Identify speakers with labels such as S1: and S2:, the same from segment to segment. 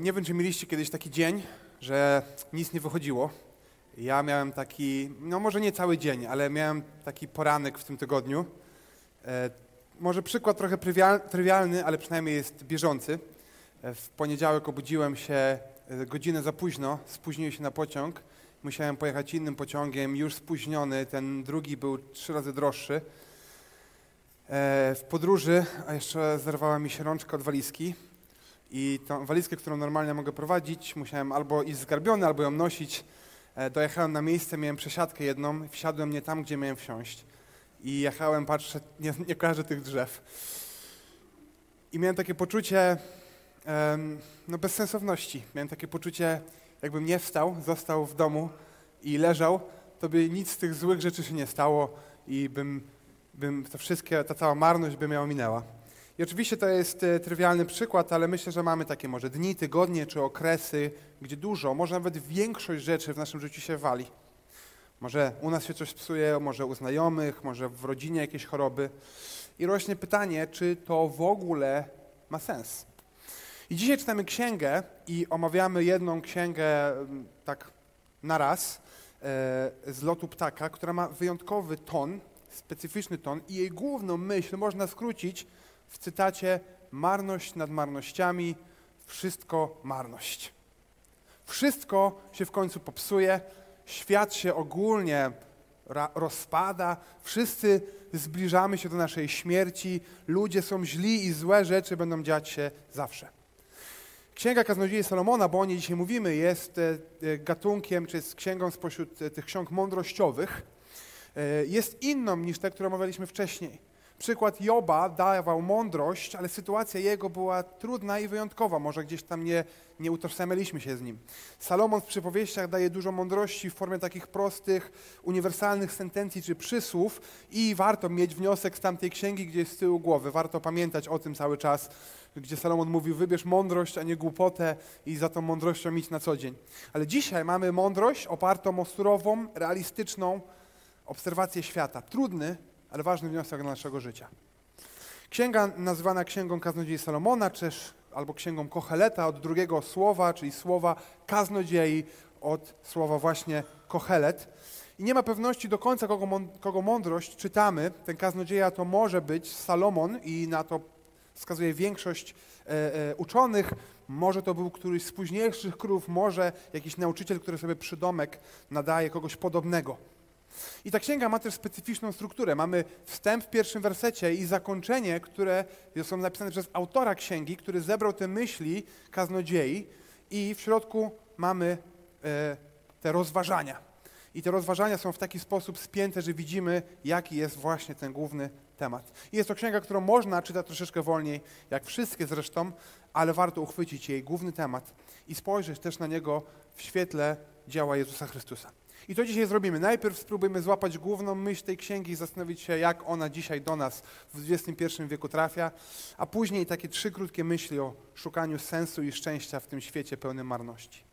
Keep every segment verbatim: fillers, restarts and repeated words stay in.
S1: Nie wiem, czy mieliście kiedyś taki dzień, że nic nie wychodziło. Ja miałem taki, no może nie cały dzień, ale miałem taki poranek w tym tygodniu. E, może przykład trochę trywialny, ale przynajmniej jest bieżący. E, w poniedziałek obudziłem się godzinę za późno, spóźniłem się na pociąg. Musiałem pojechać innym pociągiem, już spóźniony, ten drugi był trzy razy droższy. E, w podróży, a jeszcze zerwała mi się rączka od walizki. I tą walizkę, którą normalnie mogę prowadzić, musiałem albo iść zgarbiony, albo ją nosić. E, dojechałem na miejsce, miałem przesiadkę jedną, wsiadłem nie tam, gdzie miałem wsiąść. I jechałem, patrzę, nie, nie kojarzę tych drzew. I miałem takie poczucie um, no bezsensowności. Miałem takie poczucie, jakbym nie wstał, został w domu i leżał, to by nic z tych złych rzeczy się nie stało i bym, bym to wszystkie, ta cała marność by mnie ominęła. I oczywiście to jest e, trywialny przykład, ale myślę, że mamy takie może dni, tygodnie czy okresy, gdzie dużo, może nawet większość rzeczy w naszym życiu się wali. Może u nas się coś psuje, może u znajomych, może w rodzinie jakieś choroby. I rośnie pytanie, czy to w ogóle ma sens. I dzisiaj czytamy księgę i omawiamy jedną księgę tak na raz e, z lotu ptaka, która ma wyjątkowy ton, specyficzny ton i jej główną myśl można skrócić w cytacie: marność nad marnościami, wszystko marność. Wszystko się w końcu popsuje, świat się ogólnie ra- rozpada, wszyscy zbliżamy się do naszej śmierci, ludzie są źli i złe rzeczy będą dziać się zawsze. Księga Kaznodziei Salomona, bo o niej dzisiaj mówimy, jest gatunkiem, czy jest księgą spośród tych ksiąg mądrościowych. Jest inną niż te, które omawialiśmy wcześniej. Przykład Joba dawał mądrość, ale sytuacja jego była trudna i wyjątkowa. Może gdzieś tam nie, nie utożsamialiśmy się z nim. Salomon w przypowieściach daje dużo mądrości w formie takich prostych, uniwersalnych sentencji czy przysłów i warto mieć wniosek z tamtej księgi gdzieś z tyłu głowy. Warto pamiętać o tym cały czas, gdzie Salomon mówił: wybierz mądrość, a nie głupotę i za tą mądrością idź na co dzień. Ale dzisiaj mamy mądrość opartą o surową, realistyczną obserwację świata. Trudny, ale ważny wniosek dla naszego życia. Księga nazywana Księgą Kaznodziei Salomona, czy albo Księgą Kocheleta od drugiego słowa, czyli słowa kaznodziei od słowa właśnie Kochelet. I nie ma pewności do końca, kogo, kogo mądrość czytamy. Ten kaznodzieja to może być Salomon i na to wskazuje większość e, e, uczonych. Może to był któryś z późniejszych królów, może jakiś nauczyciel, który sobie przydomek nadaje kogoś podobnego. I ta księga ma też specyficzną strukturę. Mamy wstęp w pierwszym wersecie i zakończenie, które są napisane przez autora księgi, który zebrał te myśli kaznodziei i w środku mamy e, te rozważania. I te rozważania są w taki sposób spięte, że widzimy, jaki jest właśnie ten główny temat. I jest to księga, którą można czytać troszeczkę wolniej, jak wszystkie zresztą, ale warto uchwycić jej główny temat i spojrzeć też na niego w świetle dzieła Jezusa Chrystusa. I to dzisiaj zrobimy. Najpierw spróbujemy złapać główną myśl tej księgi i zastanowić się, jak ona dzisiaj do nas w dwudziestym pierwszym wieku trafia, a później takie trzy krótkie myśli o szukaniu sensu i szczęścia w tym świecie pełnym marności.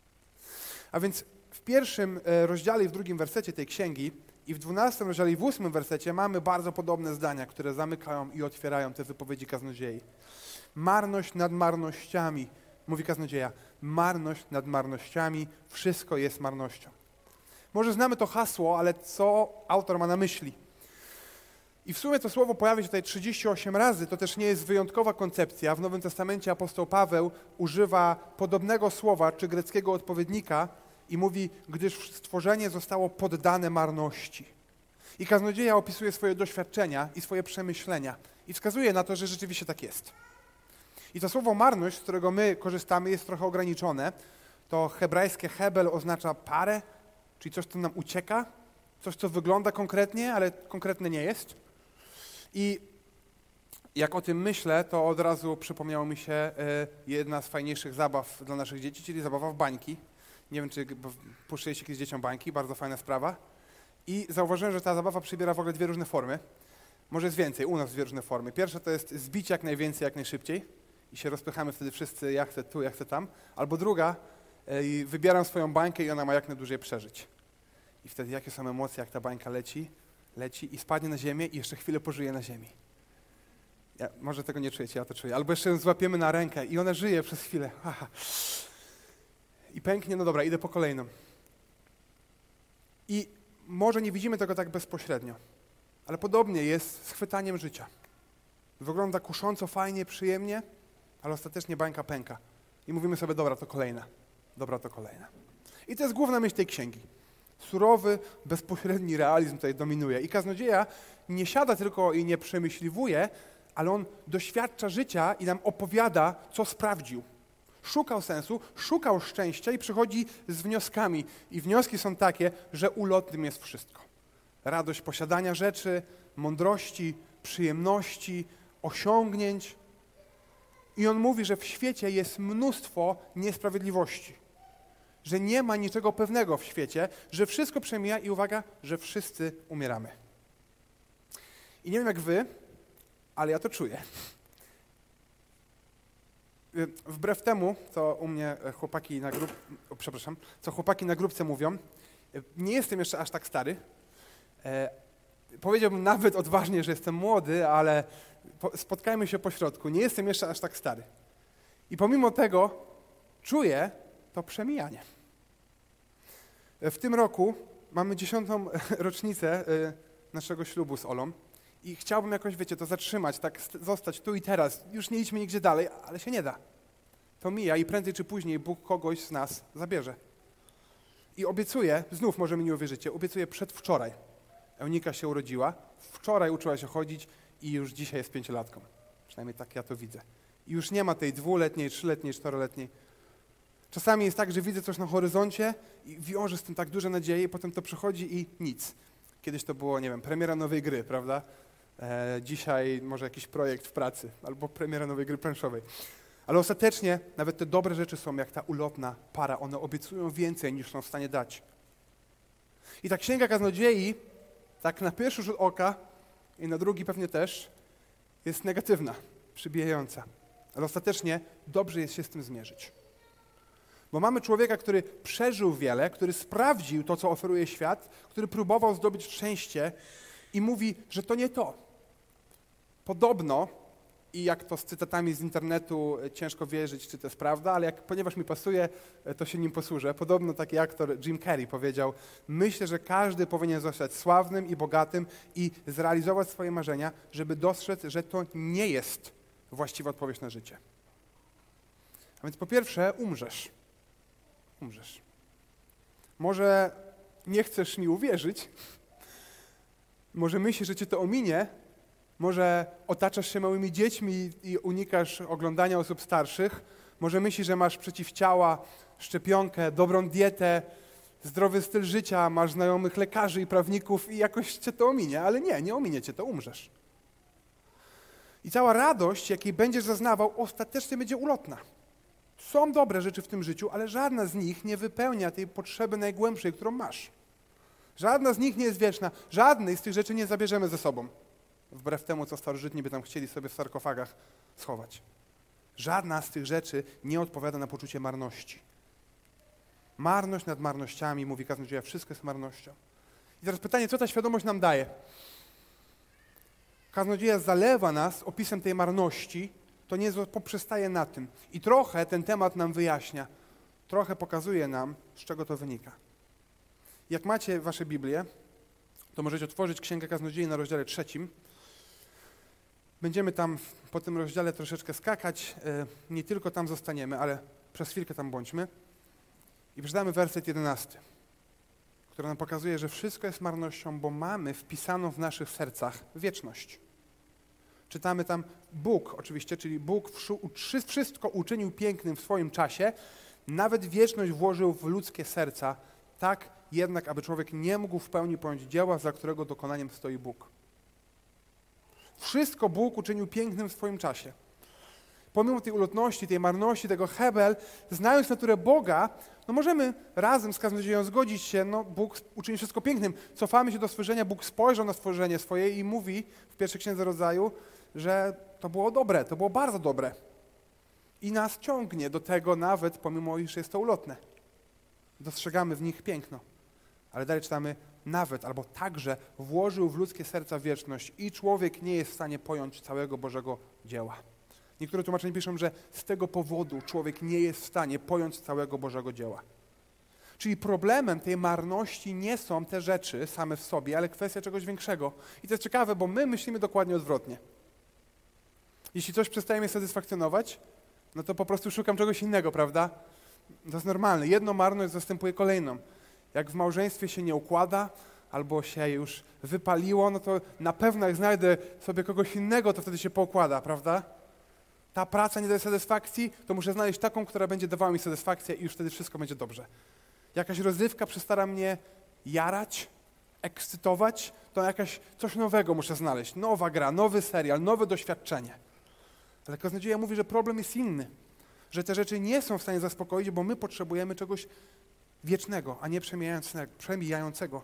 S1: A więc w pierwszym rozdziale i w drugim wersecie tej księgi i w dwunastym rozdziale i w ósmym wersecie mamy bardzo podobne zdania, które zamykają i otwierają te wypowiedzi kaznodziei. Marność nad marnościami, mówi kaznodzieja, marność nad marnościami, wszystko jest marnością. Może znamy to hasło, ale co autor ma na myśli? I w sumie to słowo pojawia się tutaj trzydzieści osiem razy, to też nie jest wyjątkowa koncepcja. W Nowym Testamencie apostoł Paweł używa podobnego słowa czy greckiego odpowiednika i mówi, gdyż stworzenie zostało poddane marności. I kaznodzieja opisuje swoje doświadczenia i swoje przemyślenia i wskazuje na to, że rzeczywiście tak jest. I to słowo marność, z którego my korzystamy, jest trochę ograniczone. To hebrajskie hebel oznacza parę, czyli coś, co nam ucieka, coś, co wygląda konkretnie, ale konkretne nie jest. I jak o tym myślę, to od razu przypomniało mi się jedna z fajniejszych zabaw dla naszych dzieci, czyli zabawa w bańki. Nie wiem, czy puszczaliście kiedyś dzieciom bańki, bardzo fajna sprawa. I zauważyłem, że ta zabawa przybiera w ogóle dwie różne formy. Może jest więcej, u nas dwie różne formy. Pierwsza to jest zbić jak najwięcej, jak najszybciej i się rozpychamy wtedy wszyscy, ja chcę tu, ja chcę tam. Albo druga, i wybieram swoją bańkę i ona ma jak najdłużej przeżyć. I wtedy jakie są emocje, jak ta bańka leci, leci i spadnie na ziemię i jeszcze chwilę pożyje na ziemi. Ja, może tego nie czujecie, ja to czuję. Albo jeszcze ją złapiemy na rękę i ona żyje przez chwilę. Aha. I pęknie, no dobra, idę po kolejną. I może nie widzimy tego tak bezpośrednio, ale podobnie jest z chwytaniem życia. Wygląda kusząco, fajnie, przyjemnie, ale ostatecznie bańka pęka. I mówimy sobie, dobra, to kolejna. Dobra, to kolejna. I to jest główna myśl tej księgi. Surowy, bezpośredni realizm tutaj dominuje. I kaznodzieja nie siada tylko i nie przemyśliwuje, ale on doświadcza życia i nam opowiada, co sprawdził. Szukał sensu, szukał szczęścia i przychodzi z wnioskami. I wnioski są takie, że ulotnym jest wszystko. Radość posiadania rzeczy, mądrości, przyjemności, osiągnięć. I on mówi, że w świecie jest mnóstwo niesprawiedliwości. Że nie ma niczego pewnego w świecie, że wszystko przemija i uwaga, że wszyscy umieramy. I nie wiem jak wy, ale ja to czuję. Wbrew temu, co u mnie chłopaki na grup, o, przepraszam, co chłopaki na grupce mówią, nie jestem jeszcze aż tak stary. E, powiedziałbym nawet odważnie, że jestem młody, ale po, spotkajmy się po środku. Nie jestem jeszcze aż tak stary. I pomimo tego czuję to przemijanie. W tym roku mamy dziesiątą rocznicę naszego ślubu z Olą i chciałbym jakoś, wiecie, to zatrzymać, tak zostać tu i teraz. Już nie idźmy nigdzie dalej, ale się nie da. To mija i prędzej czy później Bóg kogoś z nas zabierze. I obiecuję, znów może mi nie uwierzycie, obiecuję przedwczoraj. Eunika się urodziła, wczoraj uczyła się chodzić i już dzisiaj jest pięciolatką. Przynajmniej tak ja to widzę. I już nie ma tej dwuletniej, trzyletniej, czteroletniej. Czasami jest tak, że widzę coś na horyzoncie i wiążę z tym tak duże nadzieje, potem to przychodzi i nic. Kiedyś to było, nie wiem, premiera nowej gry, prawda? E, dzisiaj może jakiś projekt w pracy albo premiera nowej gry planszowej. Ale ostatecznie nawet te dobre rzeczy są jak ta ulotna para. One obiecują więcej niż są w stanie dać. I ta księga kaznodziei, tak na pierwszy rzut oka i na drugi pewnie też, jest negatywna, przybijająca. Ale ostatecznie dobrze jest się z tym zmierzyć. Bo mamy człowieka, który przeżył wiele, który sprawdził to, co oferuje świat, który próbował zdobyć szczęście i mówi, że to nie to. Podobno, i jak to z cytatami z internetu ciężko wierzyć, czy to jest prawda, ale jak, ponieważ mi pasuje, to się nim posłużę. Podobno taki aktor Jim Carrey powiedział, myślę, że każdy powinien zostać sławnym i bogatym i zrealizować swoje marzenia, żeby dostrzec, że to nie jest właściwa odpowiedź na życie. A więc po pierwsze, umrzesz. Umrzesz. Może nie chcesz mi uwierzyć, może myślisz, że cię to ominie, może otaczasz się małymi dziećmi i unikasz oglądania osób starszych, może myślisz, że masz przeciwciała, szczepionkę, dobrą dietę, zdrowy styl życia, masz znajomych lekarzy i prawników i jakoś cię to ominie, ale nie, nie ominie cię, to umrzesz. I cała radość, jakiej będziesz zaznawał, ostatecznie będzie ulotna. Są dobre rzeczy w tym życiu, ale żadna z nich nie wypełnia tej potrzeby najgłębszej, którą masz. Żadna z nich nie jest wieczna. Żadnej z tych rzeczy nie zabierzemy ze sobą. Wbrew temu, co starożytni by tam chcieli sobie w sarkofagach schować. Żadna z tych rzeczy nie odpowiada na poczucie marności. Marność nad marnościami, mówi kaznodzieja, wszystko jest marnością. I teraz pytanie, co ta świadomość nam daje? Kaznodzieja zalewa nas opisem tej marności, to nie poprzestaje na tym. I trochę ten temat nam wyjaśnia. Trochę pokazuje nam, z czego to wynika. Jak macie wasze Biblię, to możecie otworzyć Księgę Kaznodziei na rozdziale trzecim. Będziemy tam po tym rozdziale troszeczkę skakać. Nie tylko tam zostaniemy, ale przez chwilkę tam bądźmy. I przeczytamy werset jedenasty, który nam pokazuje, że wszystko jest marnością, bo mamy wpisaną w naszych sercach wieczność. Czytamy tam Bóg oczywiście, czyli Bóg wszystko uczynił pięknym w swoim czasie, nawet wieczność włożył w ludzkie serca, tak jednak, aby człowiek nie mógł w pełni pojąć dzieła, za którego dokonaniem stoi Bóg. Wszystko Bóg uczynił pięknym w swoim czasie. Pomimo tej ulotności, tej marności, tego hebel, znając naturę Boga, no możemy razem z kaznodzieją zgodzić się, no Bóg uczynił wszystko pięknym. Cofamy się do stworzenia, Bóg spojrzał na stworzenie swoje i mówi w pierwszej księdze rodzaju, że to było dobre, to było bardzo dobre. I nas ciągnie do tego nawet, pomimo iż jest to ulotne. Dostrzegamy w nich piękno. Ale dalej czytamy, nawet albo także włożył w ludzkie serca wieczność i człowiek nie jest w stanie pojąć całego Bożego dzieła. Niektóre tłumaczenia piszą, że z tego powodu człowiek nie jest w stanie pojąć całego Bożego dzieła. Czyli problemem tej marności nie są te rzeczy same w sobie, ale kwestia czegoś większego. I to jest ciekawe, bo my myślimy dokładnie odwrotnie. Jeśli coś przestaje mnie satysfakcjonować, no to po prostu szukam czegoś innego, prawda? To jest normalne. Jedną marność zastępuje kolejną. Jak w małżeństwie się nie układa, albo się już wypaliło, no to na pewno jak znajdę sobie kogoś innego, to wtedy się poukłada, prawda? Ta praca nie daje satysfakcji, to muszę znaleźć taką, która będzie dawała mi satysfakcję i już wtedy wszystko będzie dobrze. Jakaś rozrywka przestara mnie jarać, ekscytować, to jakaś coś nowego muszę znaleźć. Nowa gra, nowy serial, nowe doświadczenie. Ale kaznodzieja mówi, że problem jest inny. Że te rzeczy nie są w stanie zaspokoić, bo my potrzebujemy czegoś wiecznego, a nie przemijającego.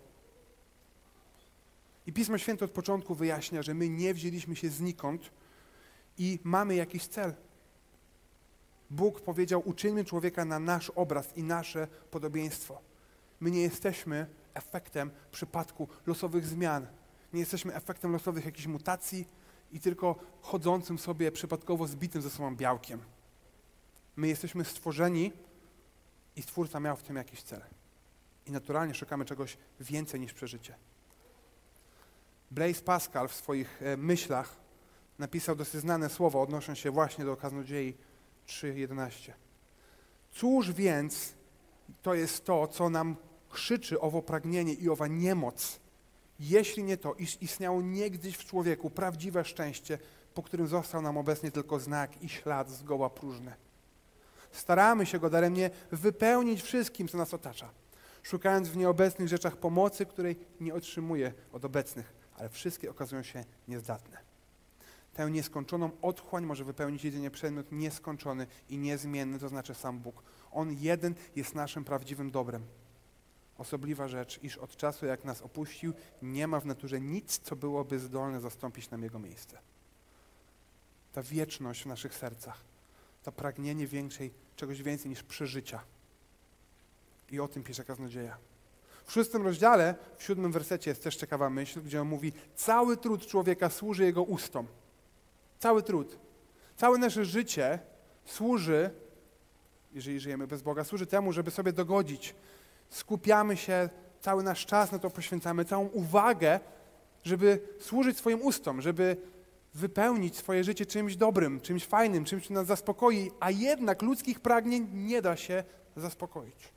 S1: I Pismo Święte od początku wyjaśnia, że my nie wzięliśmy się znikąd i mamy jakiś cel. Bóg powiedział, uczyńmy człowieka na nasz obraz i nasze podobieństwo. My nie jesteśmy efektem przypadku losowych zmian. Nie jesteśmy efektem losowych jakichś mutacji i tylko chodzącym sobie przypadkowo zbitym ze sobą białkiem. My jesteśmy stworzeni i Stwórca miał w tym jakiś cel. I naturalnie szukamy czegoś więcej niż przeżycie. Blaise Pascal w swoich e, myślach napisał dosyć znane słowo, odnosząc się właśnie do Kaznodziei trzy jedenaście. Cóż więc to jest to, co nam krzyczy owo pragnienie i owa niemoc, jeśli nie to, iż istniało niegdyś w człowieku prawdziwe szczęście, po którym został nam obecnie tylko znak i ślad zgoła próżny. Staramy się go daremnie wypełnić wszystkim, co nas otacza, szukając w nieobecnych rzeczach pomocy, której nie otrzymuje od obecnych, ale wszystkie okazują się niezdatne. Tę nieskończoną otchłań może wypełnić jedynie przedmiot nieskończony i niezmienny, to znaczy sam Bóg. On jeden jest naszym prawdziwym dobrem. Osobliwa rzecz, iż od czasu, jak nas opuścił, nie ma w naturze nic, co byłoby zdolne zastąpić nam Jego miejsce. Ta wieczność w naszych sercach, to pragnienie większej, czegoś więcej niż przeżycia. I o tym pisze Kaznodzieja. W szóstym rozdziale, w siódmym wersecie jest też ciekawa myśl, gdzie on mówi, cały trud człowieka służy jego ustom. Cały trud. Całe nasze życie służy, jeżeli żyjemy bez Boga, służy temu, żeby sobie dogodzić. Skupiamy się, cały nasz czas na to poświęcamy, całą uwagę, żeby służyć swoim ustom, żeby wypełnić swoje życie czymś dobrym, czymś fajnym, czymś, co nas zaspokoi, a jednak ludzkich pragnień nie da się zaspokoić.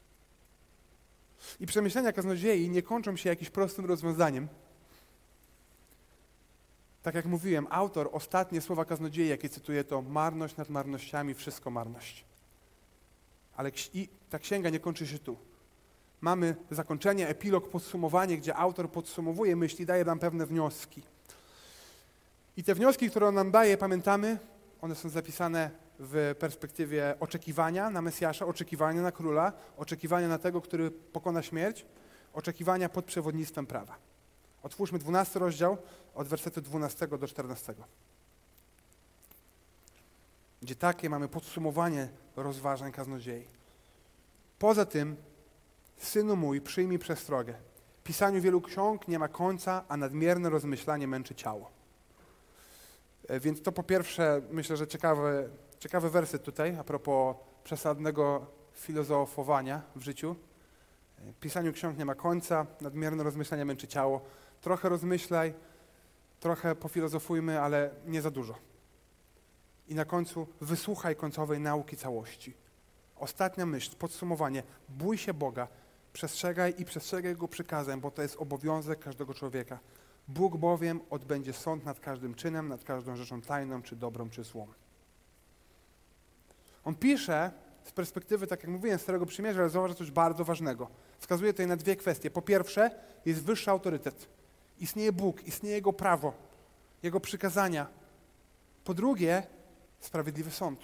S1: I przemyślenia Kaznodziei nie kończą się jakimś prostym rozwiązaniem. Tak jak mówiłem, autor, ostatnie słowa Kaznodziei, jakie cytuję, to marność nad marnościami, wszystko marność. Ale i ta księga nie kończy się tu. Mamy zakończenie, epilog, podsumowanie, gdzie autor podsumowuje myśli, daje nam pewne wnioski. I te wnioski, które on nam daje, pamiętamy, one są zapisane w perspektywie oczekiwania na Mesjasza, oczekiwania na Króla, oczekiwania na tego, który pokona śmierć, oczekiwania pod przewodnictwem prawa. Otwórzmy dwunasty rozdział od wersetu dwunastego do czternastego. Gdzie takie mamy podsumowanie rozważań Kaznodziei. Poza tym, synu mój, przyjmij przestrogę. Pisaniu wielu ksiąg nie ma końca, a nadmierne rozmyślanie męczy ciało. Więc to po pierwsze, myślę, że ciekawy, ciekawy werset tutaj, a propos przesadnego filozofowania w życiu. Pisaniu ksiąg nie ma końca, nadmierne rozmyślanie męczy ciało. Trochę rozmyślaj, trochę pofilozofujmy, ale nie za dużo. I na końcu wysłuchaj końcowej nauki całości. Ostatnia myśl, podsumowanie. Bój się Boga, przestrzegaj i przestrzegaj Jego przykazań, bo to jest obowiązek każdego człowieka. Bóg bowiem odbędzie sąd nad każdym czynem, nad każdą rzeczą tajną, czy dobrą, czy złą. On pisze z perspektywy, tak jak mówiłem, Starego Przymierza, ale zauważa coś bardzo ważnego. Wskazuje tutaj na dwie kwestie. Po pierwsze, jest wyższy autorytet. Istnieje Bóg, istnieje Jego prawo, Jego przykazania. Po drugie, sprawiedliwy sąd.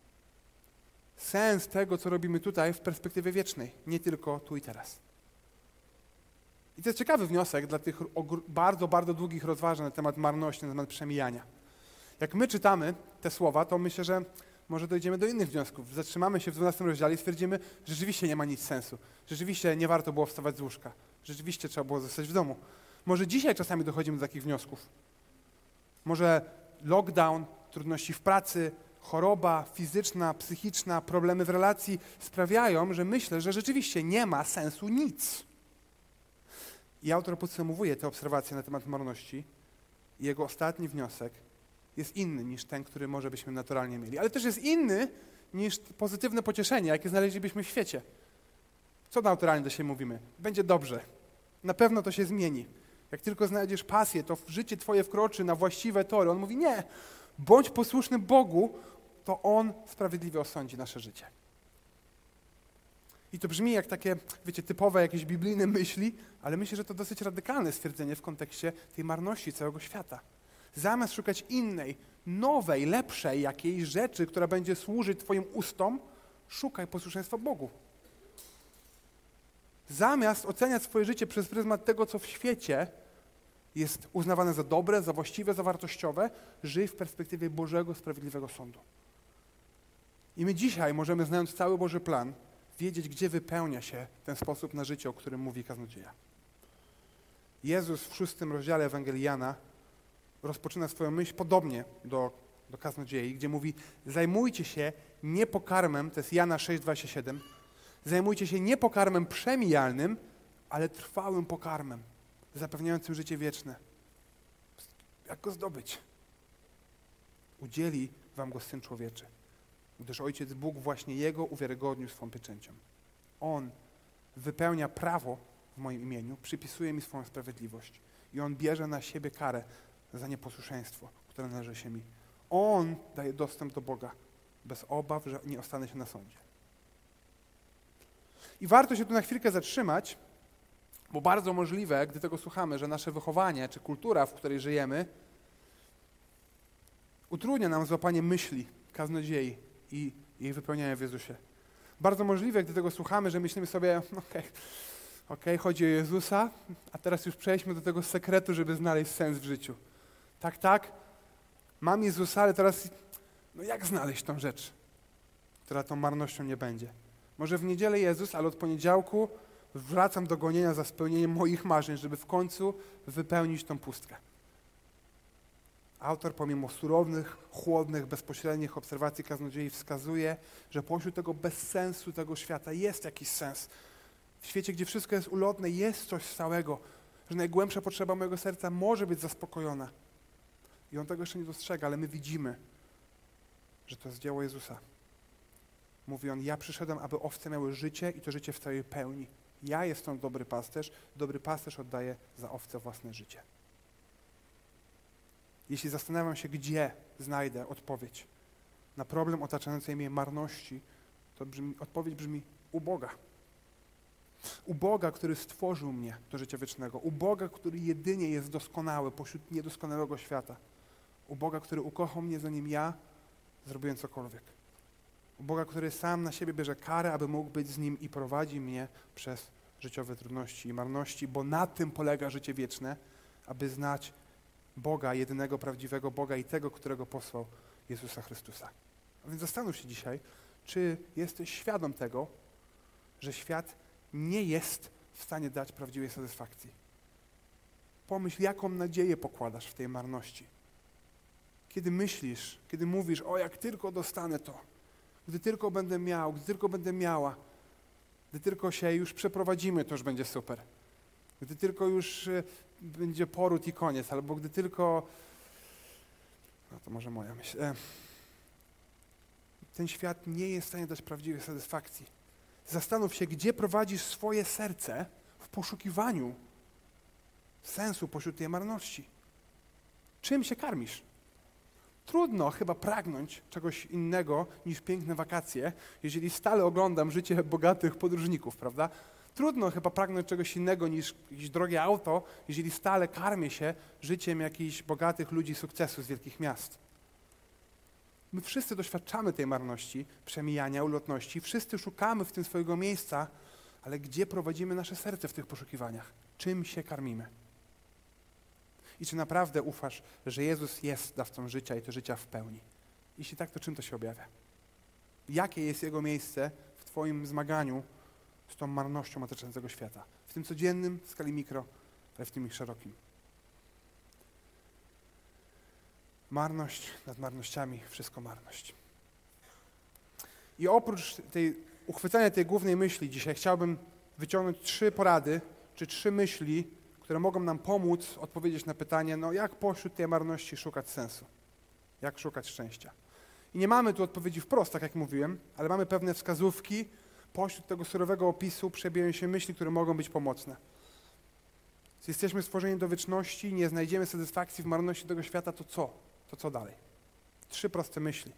S1: Sens tego, co robimy tutaj w perspektywie wiecznej, nie tylko tu i teraz. I to jest ciekawy wniosek dla tych bardzo, bardzo długich rozważań na temat marności, na temat przemijania. Jak my czytamy te słowa, to myślę, że może dojdziemy do innych wniosków. Zatrzymamy się w dwunastym rozdziale i stwierdzimy, że rzeczywiście nie ma nic sensu. Rzeczywiście nie warto było wstawać z łóżka. Rzeczywiście trzeba było zostać w domu. Może dzisiaj czasami dochodzimy do takich wniosków. Może lockdown, trudności w pracy, choroba fizyczna, psychiczna, problemy w relacji sprawiają, że myślę, że rzeczywiście nie ma sensu nic. I autor podsumowuje te obserwacje na temat marności i jego ostatni wniosek jest inny niż ten, który może byśmy naturalnie mieli. Ale też jest inny niż pozytywne pocieszenie, jakie znaleźlibyśmy w świecie. Co naturalnie do siebie mówimy? Będzie dobrze. Na pewno to się zmieni. Jak tylko znajdziesz pasję, to życie twoje wkroczy na właściwe tory. On mówi, nie, bądź posłuszny Bogu, to On sprawiedliwie osądzi nasze życie. I to brzmi jak takie, wiecie, typowe jakieś biblijne myśli, ale myślę, że to dosyć radykalne stwierdzenie w kontekście tej marności całego świata. Zamiast szukać innej, nowej, lepszej jakiejś rzeczy, która będzie służyć twoim ustom, szukaj posłuszeństwa Bogu. Zamiast oceniać swoje życie przez pryzmat tego, co w świecie jest uznawane za dobre, za właściwe, za wartościowe, żyj w perspektywie Bożego, sprawiedliwego sądu. I my dzisiaj możemy, znając cały Boży plan, wiedzieć, gdzie wypełnia się ten sposób na życie, o którym mówi kaznodzieja. Jezus w szóstym rozdziale Ewangelii Jana rozpoczyna swoją myśl podobnie do, do kaznodziei, gdzie mówi, zajmujcie się nie pokarmem, to jest Jana sześć, dwadzieścia siedem, zajmujcie się nie pokarmem przemijalnym, ale trwałym pokarmem, zapewniającym życie wieczne. Jak go zdobyć? Udzieli wam go Syn Człowieczy, gdyż Ojciec Bóg właśnie Jego uwiarygodnił swą pieczęcią. On wypełnia prawo w moim imieniu, przypisuje mi swoją sprawiedliwość i On bierze na siebie karę za nieposłuszeństwo, które należy się mi. On daje dostęp do Boga bez obaw, że nie ostanę się na sądzie. I warto się tu na chwilkę zatrzymać, bo bardzo możliwe, gdy tego słuchamy, że nasze wychowanie czy kultura, w której żyjemy, utrudnia nam złapanie myśli kaznodziei i jej wypełniania w Jezusie. Bardzo możliwe, gdy tego słuchamy, że myślimy sobie, okej, okay, okay, chodzi o Jezusa, a teraz już przejdźmy do tego sekretu, żeby znaleźć sens w życiu. Tak, tak, mam Jezusa, ale teraz no jak znaleźć tą rzecz, która tą marnością nie będzie? Może w niedzielę Jezus, ale od poniedziałku wracam do gonienia za spełnieniem moich marzeń, żeby w końcu wypełnić tą pustkę. Autor pomimo surownych, chłodnych, bezpośrednich obserwacji kaznodziei wskazuje, że pośród tego bezsensu tego świata jest jakiś sens. W świecie, gdzie wszystko jest ulotne, jest coś stałego, że najgłębsza potrzeba mojego serca może być zaspokojona. I on tego jeszcze nie dostrzega, ale my widzimy, że to jest dzieło Jezusa. Mówi on, ja przyszedłem, aby owce miały życie i to życie w całej pełni. Ja jestem dobry pasterz, dobry pasterz oddaje za owce własne życie. Jeśli zastanawiam się, gdzie znajdę odpowiedź na problem otaczającej mnie marności, to brzmi, odpowiedź brzmi u Boga. U Boga, który stworzył mnie do życia wiecznego. U Boga, który jedynie jest doskonały pośród niedoskonałego świata. U Boga, który ukochał mnie, zanim ja zrobiłem cokolwiek. U Boga, który sam na siebie bierze karę, aby mógł być z Nim i prowadzi mnie przez życiowe trudności i marności, bo na tym polega życie wieczne, aby znać Boga, jedynego prawdziwego Boga i tego, którego posłał Jezusa Chrystusa. A więc zastanów się dzisiaj, czy jesteś świadom tego, że świat nie jest w stanie dać prawdziwej satysfakcji. Pomyśl, jaką nadzieję pokładasz w tej marności. Kiedy myślisz, kiedy mówisz, o jak tylko dostanę to, gdy tylko będę miał, gdy tylko będę miała, gdy tylko się już przeprowadzimy, to już będzie super. Gdy tylko już y, będzie poród i koniec, albo gdy tylko... No to może moja myśl. E, ten świat nie jest w stanie dać prawdziwej satysfakcji. Zastanów się, gdzie prowadzisz swoje serce w poszukiwaniu sensu pośród tej marności. Czym się karmisz? Trudno chyba pragnąć czegoś innego niż piękne wakacje, jeżeli stale oglądam życie bogatych podróżników, prawda? Trudno chyba pragnąć czegoś innego niż jakieś drogie auto, jeżeli stale karmię się życiem jakichś bogatych ludzi sukcesu z wielkich miast. My wszyscy doświadczamy tej marności, przemijania, ulotności. Wszyscy szukamy w tym swojego miejsca, ale gdzie prowadzimy nasze serce w tych poszukiwaniach? Czym się karmimy? I czy naprawdę ufasz, że Jezus jest dawcą życia i to życia w pełni? Jeśli tak, to czym to się objawia? Jakie jest Jego miejsce w Twoim zmaganiu z tą marnością otaczającego świata? W tym codziennym, w skali mikro, ale w tym ich szerokim. Marność nad marnościami, wszystko marność. I oprócz tej, uchwycenia tej głównej myśli dzisiaj chciałbym wyciągnąć trzy porady, czy trzy myśli, które mogą nam pomóc odpowiedzieć na pytanie, no jak pośród tej marności szukać sensu? Jak szukać szczęścia? I nie mamy tu odpowiedzi wprost, tak jak mówiłem, ale mamy pewne wskazówki. Pośród tego surowego opisu przebijają się myśli, które mogą być pomocne. Jesteśmy stworzeni do wieczności, nie znajdziemy satysfakcji w marności tego świata, to co? To co dalej? Trzy proste myśli,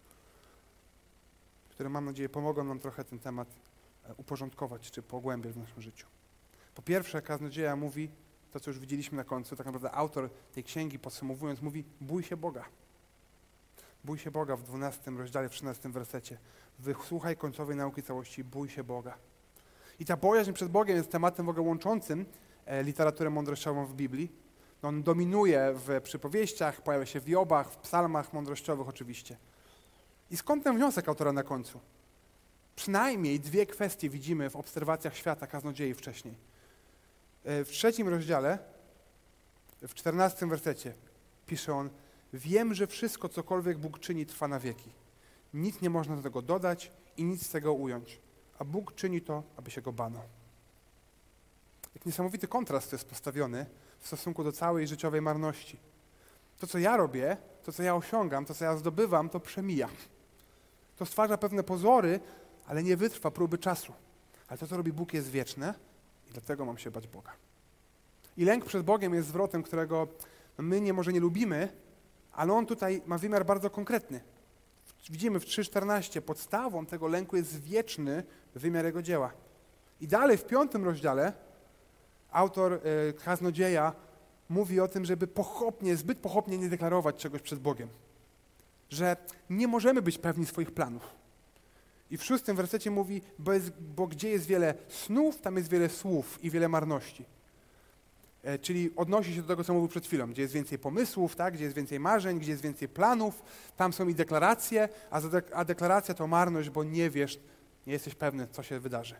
S1: które mam nadzieję pomogą nam trochę ten temat uporządkować czy pogłębiać w naszym życiu. Po pierwsze, kaznodzieja mówi, to co już widzieliśmy na końcu, tak naprawdę autor tej księgi podsumowując mówi, bój się Boga. Bój się Boga w dwunastym rozdziale, w trzynastym wersecie. Wysłuchaj końcowej nauki całości, bój się Boga. I ta bojaźń przed Bogiem jest tematem w ogóle łączącym e, literaturę mądrościową w Biblii. No, on dominuje w przypowieściach, pojawia się w Jobach, w psalmach mądrościowych oczywiście. I skąd ten wniosek autora na końcu? Przynajmniej dwie kwestie widzimy w obserwacjach świata kaznodziei wcześniej. E, w trzecim rozdziale, w czternastym wersecie pisze on, wiem, że wszystko, cokolwiek Bóg czyni, trwa na wieki. Nic nie można do tego dodać i nic z tego ująć. A Bóg czyni to, aby się Go bano. Jak niesamowity kontrast jest postawiony w stosunku do całej życiowej marności. To, co ja robię, to, co ja osiągam, to, co ja zdobywam, to przemija. To stwarza pewne pozory, ale nie wytrwa próby czasu. Ale to, co robi Bóg, jest wieczne i dlatego mam się bać Boga. I lęk przed Bogiem jest zwrotem, którego my nie, może nie lubimy, ale on tutaj ma wymiar bardzo konkretny. Widzimy w trzy czternaście, podstawą tego lęku jest wieczny wymiar Jego dzieła. I dalej w piątym rozdziale autor y, kaznodzieja mówi o tym, żeby pochopnie, zbyt pochopnie nie deklarować czegoś przed Bogiem. Że nie możemy być pewni swoich planów. I w szóstym wersecie mówi, bo, jest, bo gdzie jest wiele snów, tam jest wiele słów i wiele marności. E, czyli odnosi się do tego, co mówił przed chwilą, gdzie jest więcej pomysłów, tak? Gdzie jest więcej marzeń, gdzie jest więcej planów, tam są i deklaracje, a, za, a deklaracja to marność, bo nie wiesz, nie jesteś pewny, co się wydarzy.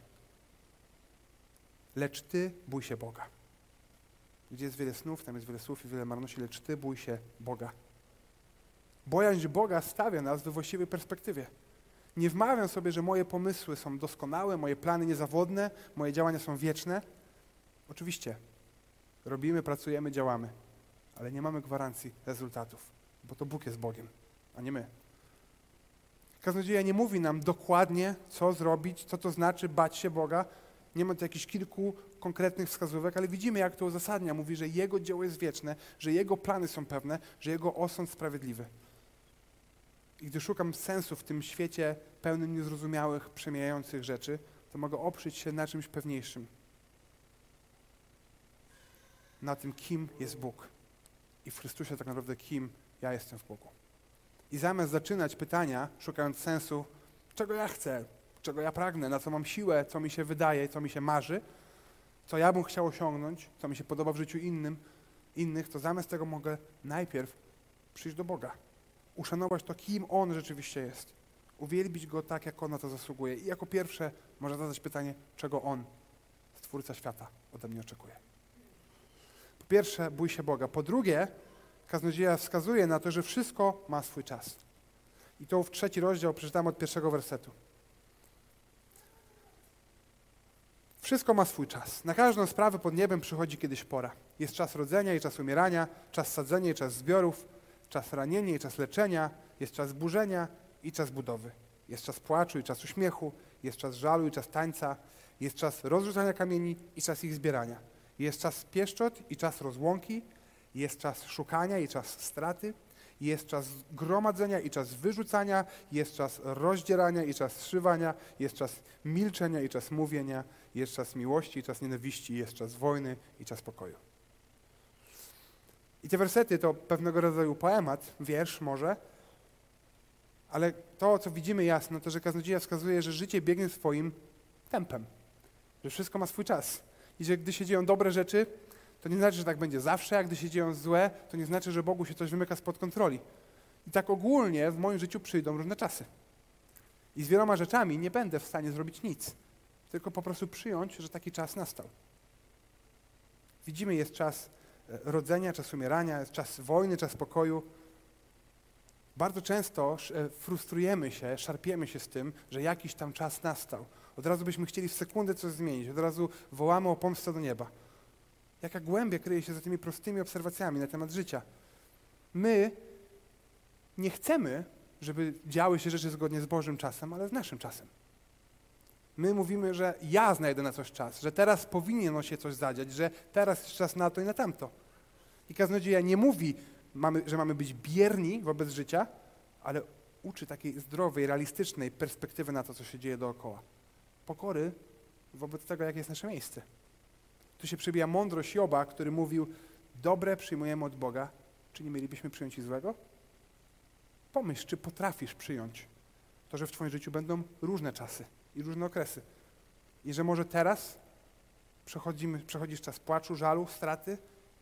S1: Lecz ty bój się Boga. Gdzie jest wiele snów, tam jest wiele słów i wiele marności, lecz ty bój się Boga. Bojaźń Boga stawia nas we właściwej perspektywie. Nie wmawiam sobie, że moje pomysły są doskonałe, moje plany niezawodne, moje działania są wieczne. Oczywiście, robimy, pracujemy, działamy, ale nie mamy gwarancji rezultatów, bo to Bóg jest Bogiem, a nie my. Kaznodzieja nie mówi nam dokładnie, co zrobić, co to znaczy bać się Boga. Nie ma tu jakichś kilku konkretnych wskazówek, ale widzimy, jak to uzasadnia. Mówi, że Jego dzieło jest wieczne, że Jego plany są pewne, że Jego osąd sprawiedliwy. I gdy szukam sensu w tym świecie pełnym niezrozumiałych, przemijających rzeczy, to mogę oprzeć się na czymś pewniejszym. Na tym, kim jest Bóg. I w Chrystusie tak naprawdę kim ja jestem w Bogu. I zamiast zaczynać pytania, szukając sensu, czego ja chcę, czego ja pragnę, na co mam siłę, co mi się wydaje, co mi się marzy, co ja bym chciał osiągnąć, co mi się podoba w życiu innym, innych, to zamiast tego mogę najpierw przyjść do Boga. Uszanować to, kim On rzeczywiście jest. Uwielbić Go tak, jak On na to zasługuje. I jako pierwsze można zadać pytanie, czego On, Stwórca świata, ode mnie oczekuje. Po pierwsze, bój się Boga. Po drugie, kaznodzieja wskazuje na to, że wszystko ma swój czas. I to w trzeci rozdział przeczytamy od pierwszego wersetu. Wszystko ma swój czas. Na każdą sprawę pod niebem przychodzi kiedyś pora. Jest czas rodzenia i czas umierania, czas sadzenia i czas zbiorów, czas ranienia i czas leczenia, jest czas burzenia i czas budowy. Jest czas płaczu i czas uśmiechu, jest czas żalu i czas tańca, jest czas rozrzucania kamieni i czas ich zbierania. Jest czas pieszczot i czas rozłąki, jest czas szukania i czas straty, jest czas gromadzenia i czas wyrzucania, jest czas rozdzierania i czas zszywania, jest czas milczenia i czas mówienia, jest czas miłości i czas nienawiści, jest czas wojny i czas pokoju. I te wersety to pewnego rodzaju poemat, wiersz może, ale to, co widzimy jasno, to, że kaznodzieja wskazuje, że życie biegnie swoim tempem, że wszystko ma swój czas i że gdy się dzieją dobre rzeczy, to nie znaczy, że tak będzie zawsze, a gdy się dzieją złe, to nie znaczy, że Bogu się coś wymyka spod kontroli. I tak ogólnie w moim życiu przyjdą różne czasy. I z wieloma rzeczami nie będę w stanie zrobić nic, tylko po prostu przyjąć, że taki czas nastał. Widzimy, jest czas rodzenia, czas umierania, jest czas wojny, czas pokoju. Bardzo często frustrujemy się, szarpiemy się z tym, że jakiś tam czas nastał. Od razu byśmy chcieli w sekundę coś zmienić, od razu wołamy o pomstę do nieba. Jaka głębia kryje się za tymi prostymi obserwacjami na temat życia. My nie chcemy, żeby działy się rzeczy zgodnie z Bożym czasem, ale z naszym czasem. My mówimy, że ja znajdę na coś czas, że teraz powinno się coś zadziać, że teraz jest czas na to i na tamto. I kaznodzieja nie mówi, mamy, że mamy być bierni wobec życia, ale uczy takiej zdrowej, realistycznej perspektywy na to, co się dzieje dookoła. Pokory wobec tego, jakie jest nasze miejsce. Tu się przybija mądrość Joba, który mówił, dobre przyjmujemy od Boga, czy nie mielibyśmy przyjąć i złego? Pomyśl, czy potrafisz przyjąć to, że w twoim życiu będą różne czasy i różne okresy. I że może teraz przechodzimy, przechodzisz czas płaczu, żalu, straty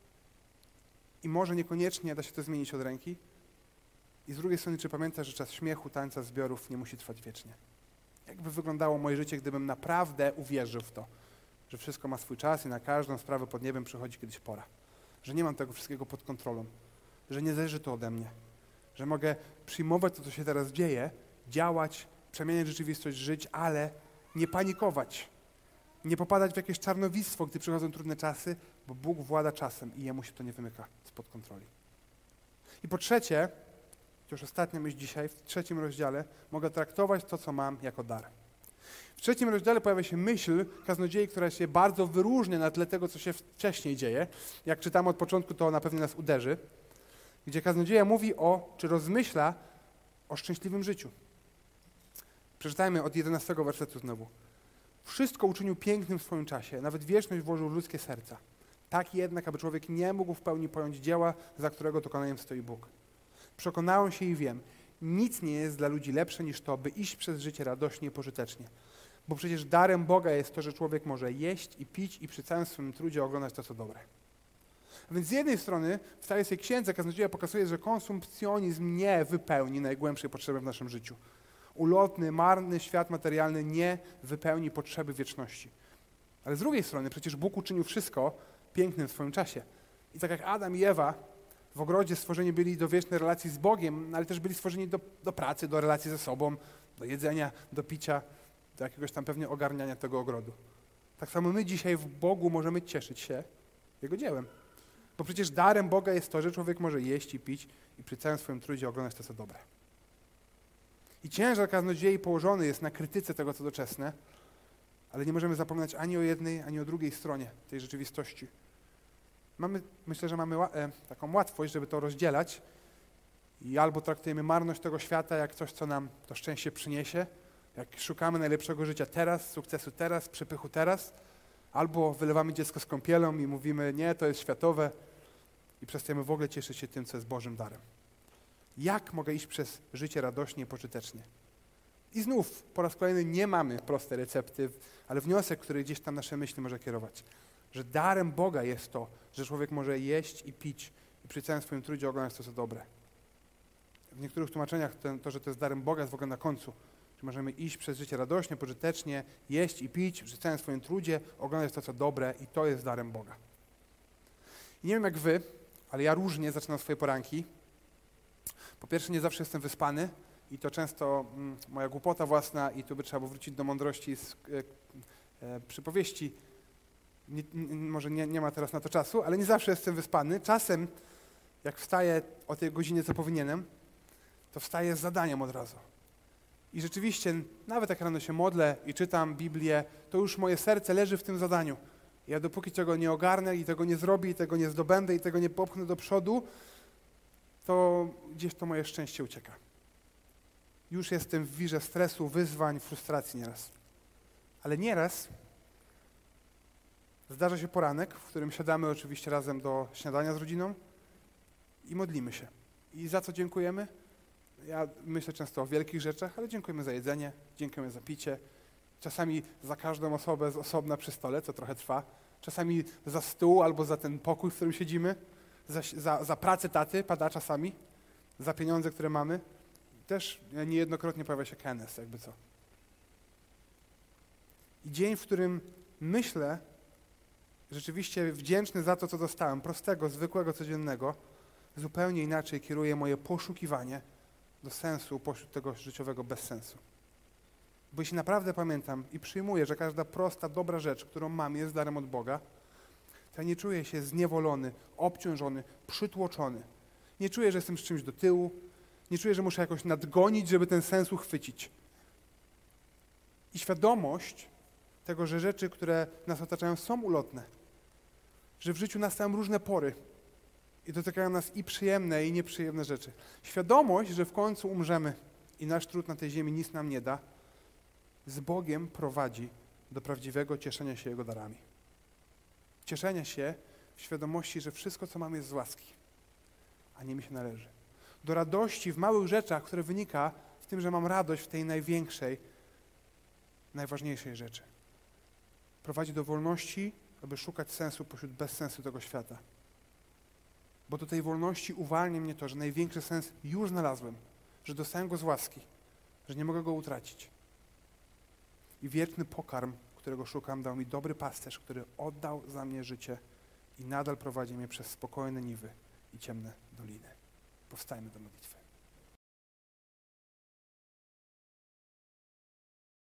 S1: i może niekoniecznie da się to zmienić od ręki. I z drugiej strony, czy pamiętasz, że czas śmiechu, tańca, zbiorów nie musi trwać wiecznie? Jakby wyglądało moje życie, gdybym naprawdę uwierzył w to, że wszystko ma swój czas i na każdą sprawę pod niebem przychodzi kiedyś pora. Że nie mam tego wszystkiego pod kontrolą, że nie zależy to ode mnie, że mogę przyjmować to, co się teraz dzieje, działać, przemieniać rzeczywistość, żyć, ale nie panikować, nie popadać w jakieś czarnowictwo, gdy przychodzą trudne czasy, bo Bóg włada czasem i Jemu się to nie wymyka spod kontroli. I po trzecie, to już ostatnia myśl dzisiaj, w trzecim rozdziale, mogę traktować to, co mam, jako dar. W trzecim rozdziale pojawia się myśl kaznodziei, która się bardzo wyróżnia na tle tego, co się wcześniej dzieje. Jak czytamy od początku, to na pewno nas uderzy. Gdzie kaznodzieja mówi o, czy rozmyśla o szczęśliwym życiu. Przeczytajmy od jedenastego wersetu znowu. Wszystko uczynił pięknym w swoim czasie, nawet wieczność włożył w ludzkie serca. Tak jednak, aby człowiek nie mógł w pełni pojąć dzieła, za którego dokonaniem stoi Bóg. Przekonałem się i wiem, nic nie jest dla ludzi lepsze niż to, by iść przez życie radośnie i pożytecznie. Bo przecież darem Boga jest to, że człowiek może jeść i pić i przy całym swoim trudzie oglądać to, co dobre. A więc z jednej strony w całej tej księdze kaznodzieja pokazuje, że konsumpcjonizm nie wypełni najgłębszej potrzeby w naszym życiu. Ulotny, marny świat materialny nie wypełni potrzeby wieczności. Ale z drugiej strony przecież Bóg uczynił wszystko pięknym w swoim czasie. I tak jak Adam i Ewa w ogrodzie stworzeni byli do wiecznej relacji z Bogiem, ale też byli stworzeni do, do pracy, do relacji ze sobą, do jedzenia, do picia, do jakiegoś tam pewnie ogarniania tego ogrodu. Tak samo my dzisiaj w Bogu możemy cieszyć się Jego dziełem. Bo przecież darem Boga jest to, że człowiek może jeść i pić i przy całym swoim trudzie oglądać to, co dobre. I ciężar kaznodziei położony jest na krytyce tego, co doczesne, ale nie możemy zapominać ani o jednej, ani o drugiej stronie tej rzeczywistości. Mamy, myślę, że mamy e, taką łatwość, żeby to rozdzielać i albo traktujemy marność tego świata jak coś, co nam to szczęście przyniesie, jak szukamy najlepszego życia teraz, sukcesu teraz, przepychu teraz, albo wylewamy dziecko z kąpielą i mówimy, nie, to jest światowe i przestajemy w ogóle cieszyć się tym, co jest Bożym darem. Jak mogę iść przez życie radośnie i pożytecznie? I znów, po raz kolejny nie mamy prostej recepty, ale wniosek, który gdzieś tam nasze myśli może kierować. Że darem Boga jest to, że człowiek może jeść i pić i przy całym swoim trudzie oglądać to, co dobre. W niektórych tłumaczeniach to, to, że to jest darem Boga, jest w ogóle na końcu. Że możemy iść przez życie radośnie, pożytecznie, jeść i pić przy całym swoim trudzie, oglądać to, co dobre i to jest darem Boga. I nie wiem jak wy, ale ja różnie zaczynam swoje poranki. Po pierwsze, nie zawsze jestem wyspany i to często mm, moja głupota własna i tu by trzeba było wrócić do mądrości z e, e, przypowieści. Nie, n, może nie, nie ma teraz na to czasu, ale nie zawsze jestem wyspany. Czasem, jak wstaję o tej godzinie, co powinienem, to wstaję z zadaniem od razu. I rzeczywiście, nawet jak rano się modlę i czytam Biblię, to już moje serce leży w tym zadaniu. Ja dopóki tego nie ogarnę i tego nie zrobię i tego nie zdobędę i tego nie popchnę do przodu, to gdzieś to moje szczęście ucieka. Już jestem w wirze stresu, wyzwań, frustracji nieraz. Ale nieraz zdarza się poranek, w którym siadamy oczywiście razem do śniadania z rodziną i modlimy się. I za co dziękujemy? Ja myślę często o wielkich rzeczach, ale dziękujemy za jedzenie, dziękujemy za picie. Czasami za każdą osobę z osobna przy stole, co trochę trwa. Czasami za stół albo za ten pokój, w którym siedzimy. Za, za, za pracę taty, pada czasami. Za pieniądze, które mamy. też niejednokrotnie pojawia się kenes, jakby co. I dzień, w którym myślę, rzeczywiście wdzięczny za to, co dostałem, prostego, zwykłego, codziennego, zupełnie inaczej kieruje moje poszukiwanie do sensu pośród tego życiowego bezsensu. Bo jeśli naprawdę pamiętam i przyjmuję, że każda prosta, dobra rzecz, którą mam, jest darem od Boga, to ja nie czuję się zniewolony, obciążony, przytłoczony. Nie czuję, że jestem z czymś do tyłu, nie czuję, że muszę jakoś nadgonić, żeby ten sens uchwycić. I świadomość tego, że rzeczy, które nas otaczają, są ulotne, że w życiu nastają różne pory i dotykają nas i przyjemne, i nieprzyjemne rzeczy. Świadomość, że w końcu umrzemy i nasz trud na tej ziemi nic nam nie da, z Bogiem prowadzi do prawdziwego cieszenia się Jego darami. Cieszenia się w świadomości, że wszystko, co mam, jest z łaski, a nie mi się należy. Do radości w małych rzeczach, które wynika w tym, że mam radość w tej największej, najważniejszej rzeczy. Prowadzi do wolności, aby szukać sensu pośród bezsensu tego świata. Bo do tej wolności uwalnia mnie to, że największy sens już znalazłem, że dostałem go z łaski, że nie mogę go utracić. I wieczny pokarm, którego szukam, dał mi dobry pasterz, który oddał za mnie życie i nadal prowadzi mnie przez spokojne niwy i ciemne doliny. Powstajmy do modlitwy.